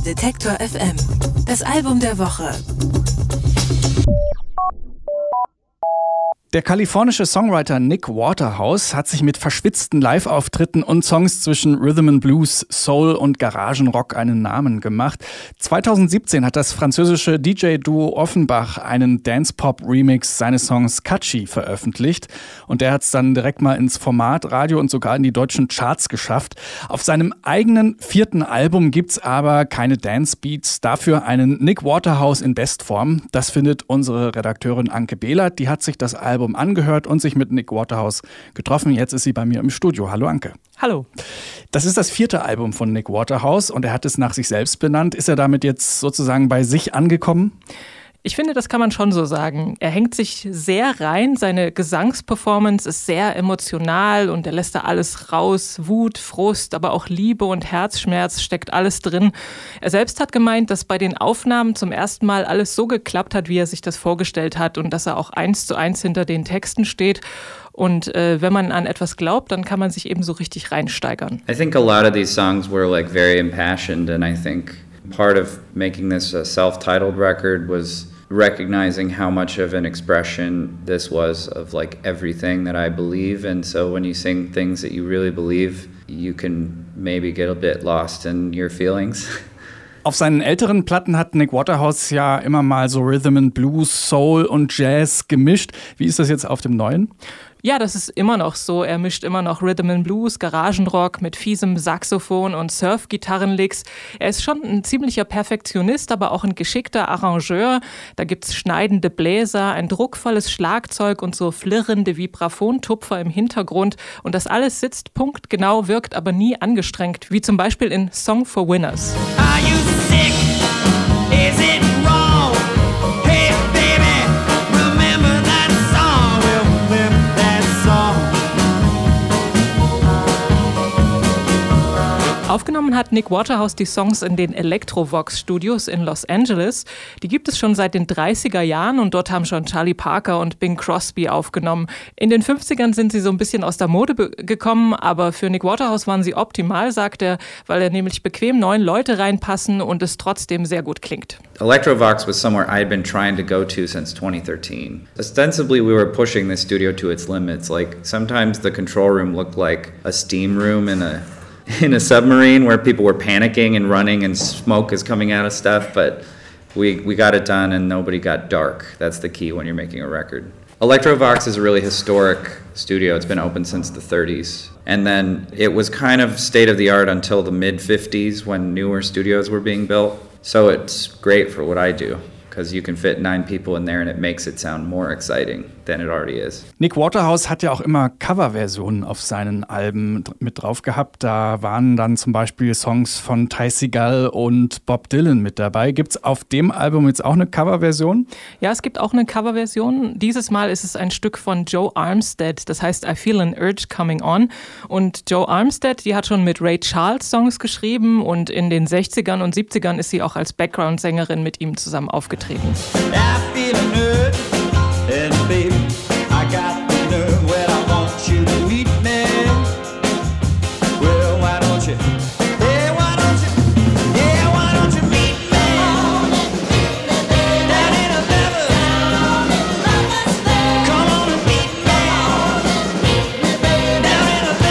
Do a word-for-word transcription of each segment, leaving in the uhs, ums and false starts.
Detektor F M. Das Album der Woche. Der kalifornische Songwriter Nick Waterhouse hat sich mit verschwitzten Live-Auftritten und Songs zwischen Rhythm and Blues, Soul und Garagenrock einen Namen gemacht. zweitausendsiebzehn hat das französische D J-Duo Offenbach einen Dance-Pop-Remix seines Songs Catchy veröffentlicht. Und der hat es dann direkt mal ins Format Radio und sogar in die deutschen Charts geschafft. Auf seinem eigenen vierten Album gibt's aber keine Dance-Beats, dafür einen Nick Waterhouse in Bestform. Das findet unsere Redakteurin Anke Behlert. Die hat sich das Album angehört und sich mit Nick Waterhouse getroffen. Jetzt ist sie bei mir im Studio. Hallo Anke. Hallo. Das ist das vierte Album von Nick Waterhouse und er hat es nach sich selbst benannt. Ist er damit jetzt sozusagen bei sich angekommen? Ich finde, das kann man schon so sagen. Er hängt sich sehr rein. Seine Gesangsperformance ist sehr emotional und er lässt da alles raus. Wut, Frust, aber auch Liebe und Herzschmerz steckt alles drin. Er selbst hat gemeint, dass bei den Aufnahmen zum ersten Mal alles so geklappt hat, wie er sich das vorgestellt hat und dass er auch eins zu eins hinter den Texten steht. Und äh, wenn man an etwas glaubt, dann kann man sich eben so richtig reinsteigern. I think a lot of these songs were like very impassioned and I think part of making this a self-titled record was recognizing how much of an expression this was of like everything that I believe. And so when you sing things that you really believe, you can maybe get a bit lost in your feelings. Auf seinen älteren Platten hat Nick Waterhouse ja immer mal so Rhythm and Blues, Soul und Jazz gemischt. Wie ist das jetzt auf dem neuen? Ja, das ist immer noch so. Er mischt immer noch Rhythm and Blues, Garagenrock mit fiesem Saxophon und Surf-Gitarrenlicks. Er ist schon ein ziemlicher Perfektionist, aber auch ein geschickter Arrangeur. Da gibt's schneidende Bläser, ein druckvolles Schlagzeug und so flirrende Vibraphontupfer im Hintergrund. Und das alles sitzt punktgenau, wirkt aber nie angestrengt, wie zum Beispiel in Song for Winners. Are you sick? Is it wrong? Hey baby, remember that song? Remember that song? Aufgenommen hat Nick Waterhouse die Songs in den Electrovox Studios in Los Angeles. Die gibt es schon seit den dreißiger Jahren und dort haben schon Charlie Parker und Bing Crosby aufgenommen. In den fünfzigern sind sie so ein bisschen aus der Mode be- gekommen, aber für Nick Waterhouse waren sie optimal, sagt er, weil er nämlich bequem neun Leute reinpassen und es trotzdem sehr gut klingt. Electrovox was somewhere I had been trying to go to since twenty thirteen. Ostensibly, we were pushing the studio to its limits. Like, sometimes the control room looked like a steam room in a in a submarine where people were panicking and running and smoke is coming out of stuff, but we we got it done and nobody got dark. That's the key when you're making a record. Electrovox is a really historic studio. It's been open since the thirties. And then it was kind of state of the art until the mid fifties when newer studios were being built. So it's great for what I do, because you can fit nine people in there and it makes it sound more exciting than it already is. Nick Waterhouse hat ja auch immer Coverversionen auf seinen Alben mit drauf gehabt. Da waren dann zum Beispiel Songs von Ty Segall und Bob Dylan mit dabei. Gibt's auf dem Album jetzt auch eine Coverversion? Ja, es gibt auch eine Coverversion. Dieses Mal ist es ein Stück von Joe Armstead. Das heißt I Feel an Urge Coming On. Und Joe Armstead, die hat schon mit Ray Charles Songs geschrieben und in den sechzigern und siebzigern ist sie auch als Background-Sängerin mit ihm zusammen aufgetreten. I feel an urge, and baby, I got the nerve when I want you to meet me. Well, why don't you? Hey, why don't you? Yeah, why don't you meet me? Down in a lover. Come on and meet me. Down in a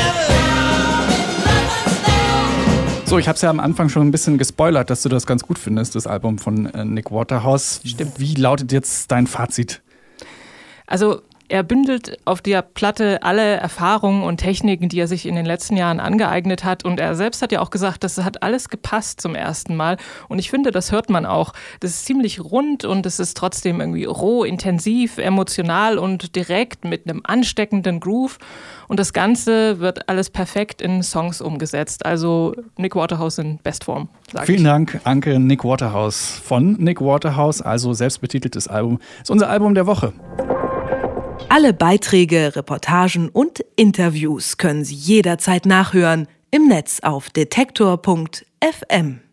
lover. So, ich habe es ja am Anfang schon ein bisschen gespoilert, dass du das ganz gut findest, das Album von äh, Nick Waterhouse. Stimmt. Wie lautet jetzt dein Fazit? Also er bündelt auf der Platte alle Erfahrungen und Techniken, die er sich in den letzten Jahren angeeignet hat. Und er selbst hat ja auch gesagt, das hat alles gepasst zum ersten Mal. Und ich finde, das hört man auch. Das ist ziemlich rund und es ist trotzdem irgendwie roh, intensiv, emotional und direkt mit einem ansteckenden Groove. Und das Ganze wird alles perfekt in Songs umgesetzt. Also Nick Waterhouse in Bestform, sage ich. Vielen Dank, Anke. Nick Waterhouse von Nick Waterhouse, also selbstbetiteltes Album. Das ist unser Album der Woche. Alle Beiträge, Reportagen und Interviews können Sie jederzeit nachhören im Netz auf detektor punkt f m.